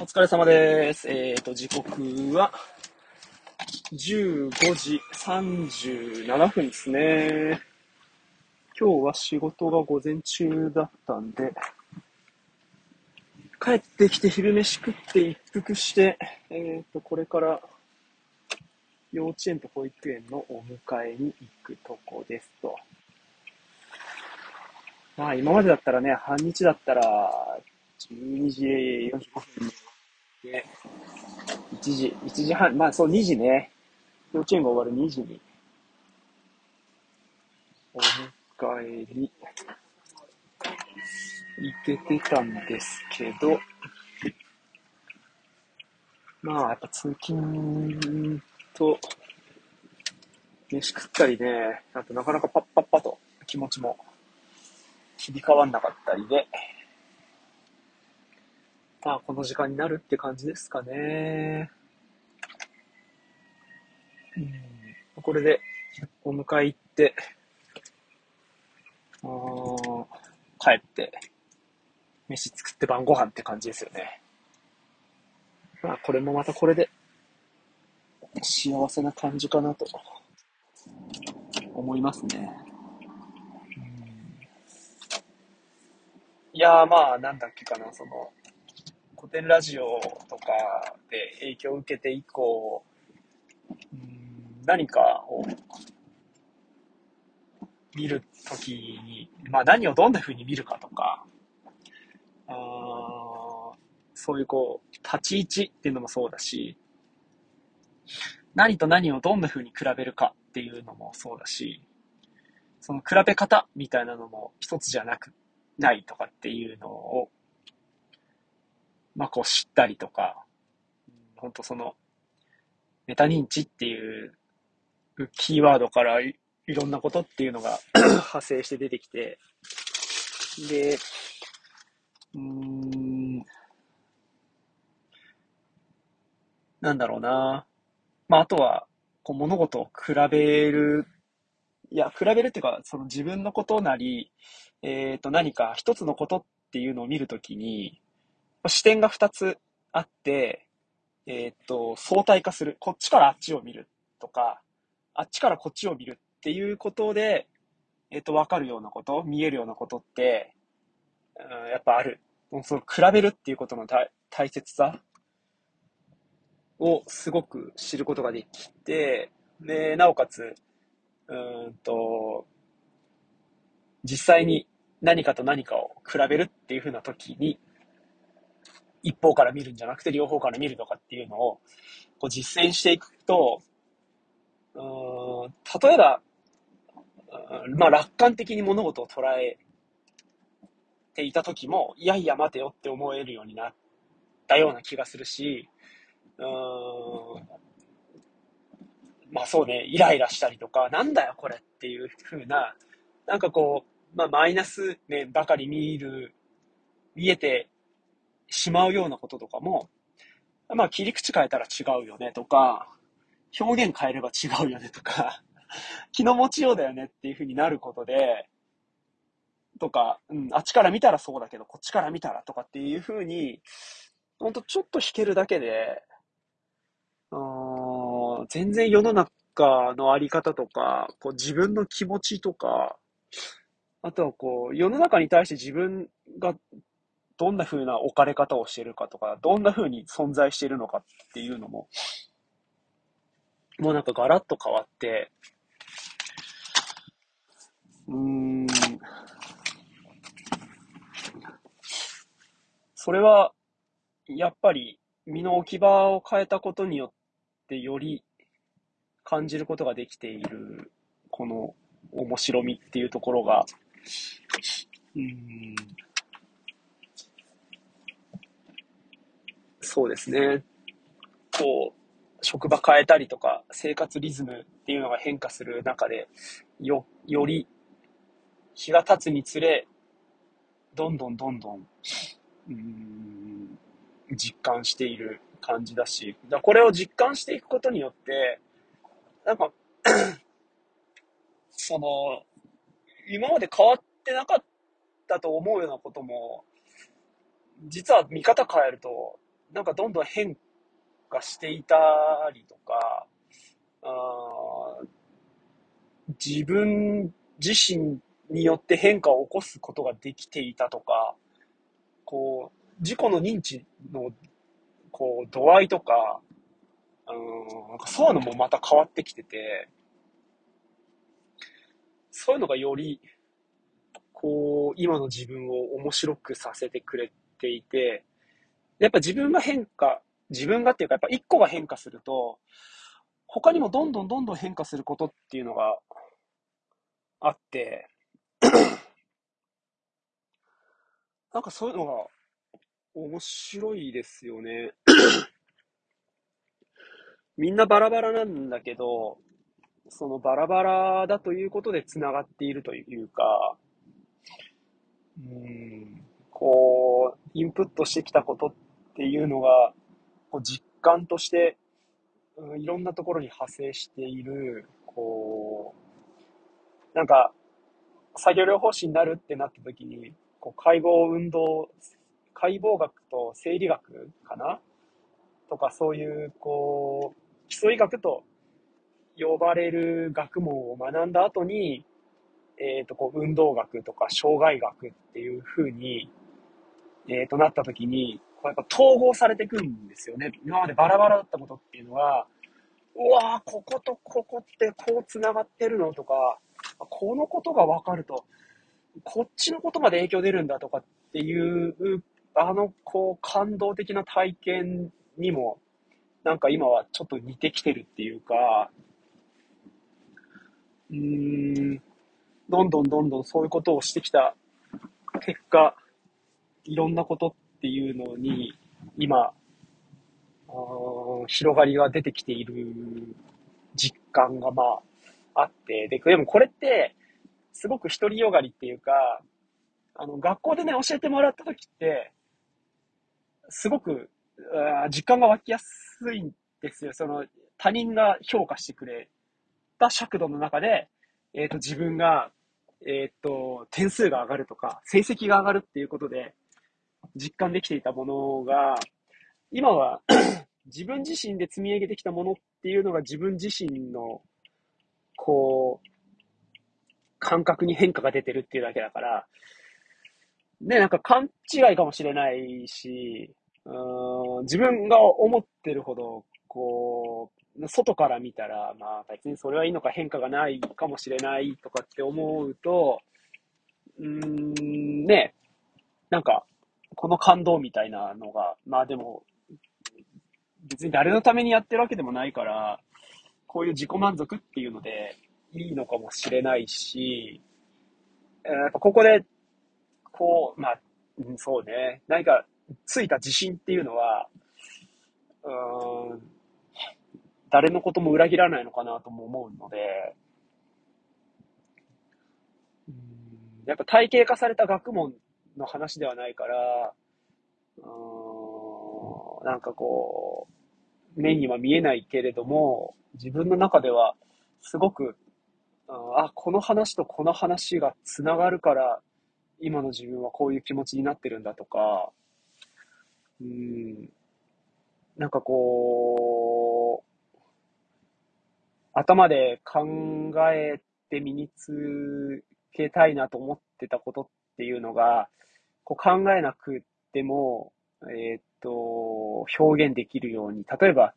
疲れ様です。時刻は15時37分ですね。今日は仕事が午前中だったんで、帰ってきて昼飯食って一服して、これから幼稚園と保育園のお迎えに行くとこですと。まあ今までだったらね、半日だったら12時45分で、1時半、まあそう2時ね。幼稚園が終わる2時にお迎えに行けてたんですけど、まあやっぱ通勤と飯食ったりね、あとなかなかパッパッパと気持ちも切り替わんなかったりで、まあこの時間になるって感じですかね。これでお迎え行って、帰って飯作って晩ご飯って感じですよね。まあこれもまたこれで幸せな感じかなと思いますね。いやーまあなんだっけかな、古典ラジオとかで影響を受けて以降、何かを見るときに、まあ何をどんな風に見るかとか、そういう立ち位置っていうのもそうだし、何と何をどんな風に比べるかっていうのもそうだし、その比べ方みたいなのも一つじゃないとかっていうのを、まあ知ったりとか、本当メタ認知っていうキーワードからいろんなことっていうのが派生して出てきて、で、なんだろうな。まあ、あとは、物事を比べる、比べるっていうか、その自分のことなり、何か一つのことっていうのを見るときに、視点が二つあって、相対化する。こっちからあっちを見るとか、あっちからこっちを見るっていうことで、わかるようなこと、見えるようなことって、やっぱある。その比べるっていうことの大切さをすごく知ることができて、で、なおかつ、うーんと、実際に何かと何かを比べるっていう風な時に、一方から見るんじゃなくて両方から見るとかっていうのを実践していくと、例えば、まあ楽観的に物事を捉えていた時も、いやいや待てよって思えるようになったような気がするし、まあそうね、イライラしたりとか、なんだよこれっていう風な、なんかまあマイナス面ばかり見えてしまうようなこととかも、まあ切り口変えたら違うよねとか、表現変えれば違うよねとか、気の持ちようだよねっていう風になることで、とか、あっちから見たらそうだけど、こっちから見たらとかっていう風に、ほんとちょっと弾けるだけで、全然世の中のあり方とか、自分の気持ちとか、あとは世の中に対して自分がどんな風な置かれ方をしているかとか、どんな風に存在しているのかっていうのも、もうなんかガラッと変わって、それは、やっぱり身の置き場を変えたことによってより感じることができている、この面白みっていうところが、そうですね。職場変えたりとか、生活リズムっていうのが変化する中で、より日が経つにつれ、どんどん、実感している感じだし、これを実感していくことによって、なんか、今まで変わってなかったと思うようなことも、実は見方変えるとなんかどんどん変化していたりとか、あ自分自身によって変化を起こすことができていたとか、自己の認知の、度合いとか、なんかそういうのもまた変わってきてて、そういうのがより、今の自分を面白くさせてくれていて、やっぱ自分がっていうか、やっぱ一個が変化すると、他にもどんどんどんどん変化することっていうのがあって、なんかそういうのが面白いですよね。みんなバラバラなんだけど、そのバラバラだということで繋がっているというか、インプットしてきたことっていうのが、実感として、いろんなところに派生している、なんか、作業療法士になるってなった時に、解剖学と生理学かなとか、そういう、基礎医学と呼ばれる学問を学んだ後に、運動学とか障害学っていう風に、なった時に、やっぱ統合されていくんですよね。今までバラバラだったことっていうのは、うわー、こことここってこう繋がってるのとか、このことが分かると、こっちのことまで影響出るんだとかっていう、感動的な体験にも、なんか今はちょっと似てきてるっていうか、うーん、どんどんどんどんそういうことをしてきた結果、いろんなことっていうのに、今、広がりが出てきている実感があって、でもこれって、すごく独りよがりっていうか、学校でね、教えてもらった時って、すごく、実感が湧きやすいんですよ。他人が評価してくれた尺度の中で、自分が、点数が上がるとか、成績が上がるっていうことで、実感できていたものが、今は自分自身で積み上げてきたものっていうのが自分自身の、こう、感覚に変化が出てるっていうだけだから、ね、なんか勘違いかもしれないし、自分が思ってるほど、外から見たら、まあ別にそれはいいのか変化がないかもしれないとかって思うと、ね、なんか、この感動みたいなのが、まあでも、別に誰のためにやってるわけでもないから、こういう自己満足っていうのでいいのかもしれないし、やっぱここで、まあ、そうね、何かついた自信っていうのは、うーん、誰のことも裏切らないのかなとも思うので、やっぱ体系化された学問の話ではないから、なんか目には見えないけれども、自分の中ではすごく、この話とこの話がつながるから、今の自分はこういう気持ちになってるんだとか、うん、なんか頭で考えて身につけたいなと思ってたことっていうのが、考えなくても、表現できるように、例えば、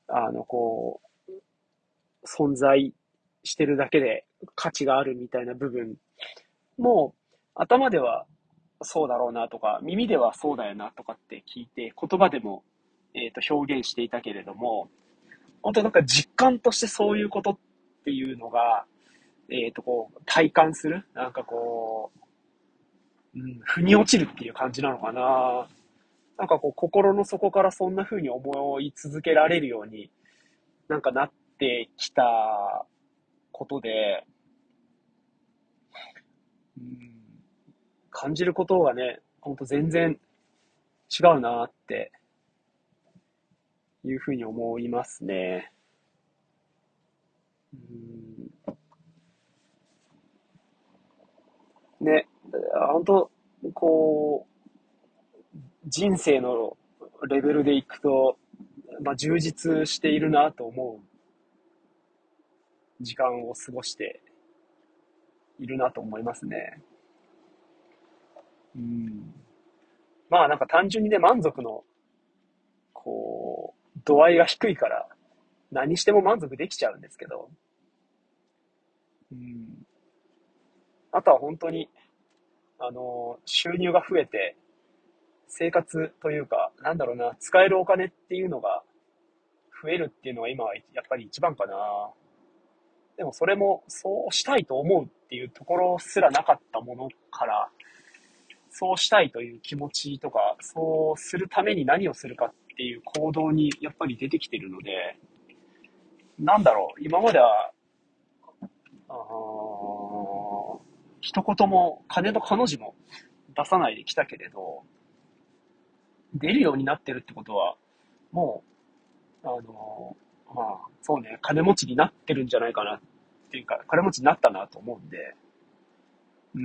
存在してるだけで価値があるみたいな部分も、頭ではそうだろうなとか、耳ではそうだよなとかって聞いて、言葉でも、表現していたけれども、本当なんか実感としてそういうことっていうのが、体感するなんか腑に落ちるっていう感じなのかな。なんか心の底からそんな風に思い続けられるようになんかなってきたことで、うん、感じることがね、ほんと全然違うなっていう風に思いますね。ね、本当こ人生のレベルでいくと、充実しているなと思う時間を過ごしているなと思いますね。うん。なんか単純にね、満足の、度合いが低いから、何しても満足できちゃうんですけど、うん。あとは本当に、収入が増えて、生活というか、なんだろうな、使えるお金っていうのが増えるっていうのが今はやっぱり一番かな。でもそれもそうしたいと思うっていうところすらなかったものから、そうしたいという気持ちとか、そうするために何をするかっていう行動にやっぱり出てきてるので、なんだろう、今までは、あー一言も金の彼女も出さないできたけれど、出るようになってるってことは、もう、そうね、金持ちになってるんじゃないかなっていうか、金持ちになったなと思うんで、うん、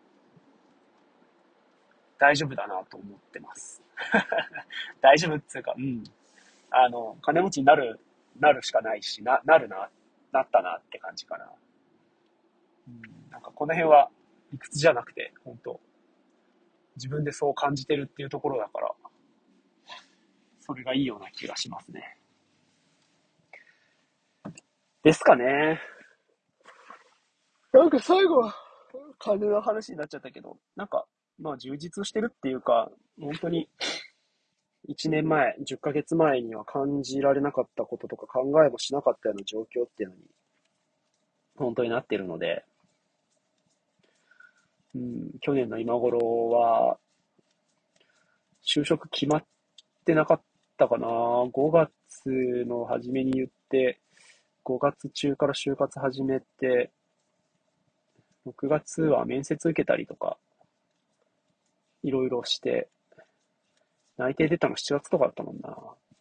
大丈夫だなと思ってます。大丈夫っていうか、うん、金持ちになるしかないし、なったなって感じかな。うん、なんかこの辺は理屈じゃなくて、本当自分でそう感じてるっていうところだから、それがいいような気がしますね。ですかね。なんか最後は金の話になっちゃったけど、なんか、充実してるっていうか、本当に1年前、10ヶ月前には感じられなかったこととか考えもしなかったような状況っていうのに、本当になってるので、うん、去年の今頃は、就職決まってなかったかな。5月の初めに言って、5月中から就活始めて、6月は面接受けたりとか、いろいろして、内定出たの7月とかだったもんな。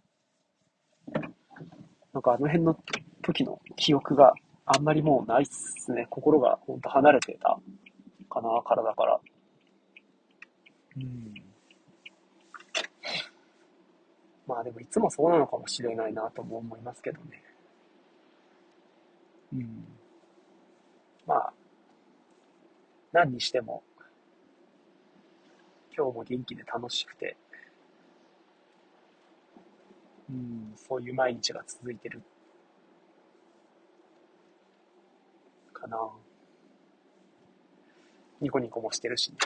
なんかあの辺の時の記憶があんまりもうないっすね。心がほんと離れてたかな、体から。うん。でもいつもそうなのかもしれないなとも思いますけどね。うん。まあ、何にしても今日も元気で楽しくて、うん、そういう毎日が続いてるかな。ニコニコもしてるしね。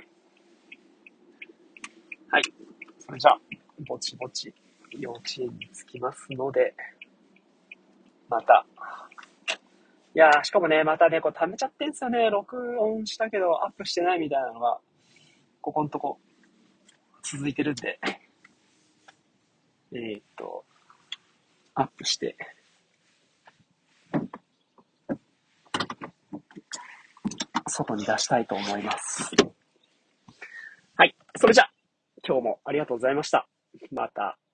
はい。それじゃあ、ぼちぼち幼稚園に着きますので、また。いやー、しかもね、またね、こう溜めちゃってんすよね。録音したけどアップしてないみたいなのが、ここんとこ続いてるんで、えーっと、アップして、外に出したいと思います。はい。それじゃあ、今日もありがとうございました。また。